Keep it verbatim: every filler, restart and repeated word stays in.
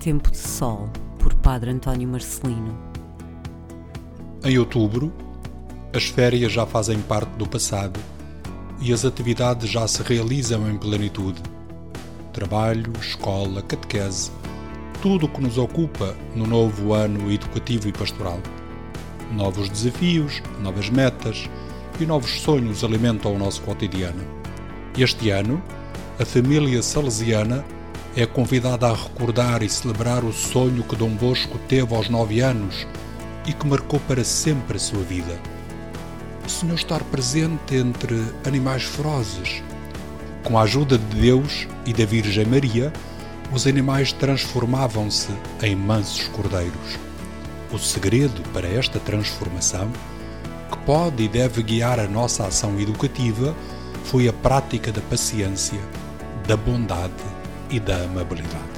Tempo de Sol, por Padre António Marcelino. Em outubro, as férias já fazem parte do passado e as atividades já se realizam em plenitude. Trabalho, escola, catequese, tudo o que nos ocupa no novo ano educativo e pastoral. Novos desafios, novas metas e novos sonhos alimentam o nosso cotidiano. Este ano, a família salesiana é convidada a recordar e celebrar o sonho que Dom Bosco teve aos nove anos e que marcou para sempre a sua vida. O Senhor estar presente entre animais ferozes. Com a ajuda de Deus e da Virgem Maria, os animais transformavam-se em mansos cordeiros. O segredo para esta transformação, que pode e deve guiar a nossa ação educativa, foi a prática da paciência, da bondade e da amabilidade.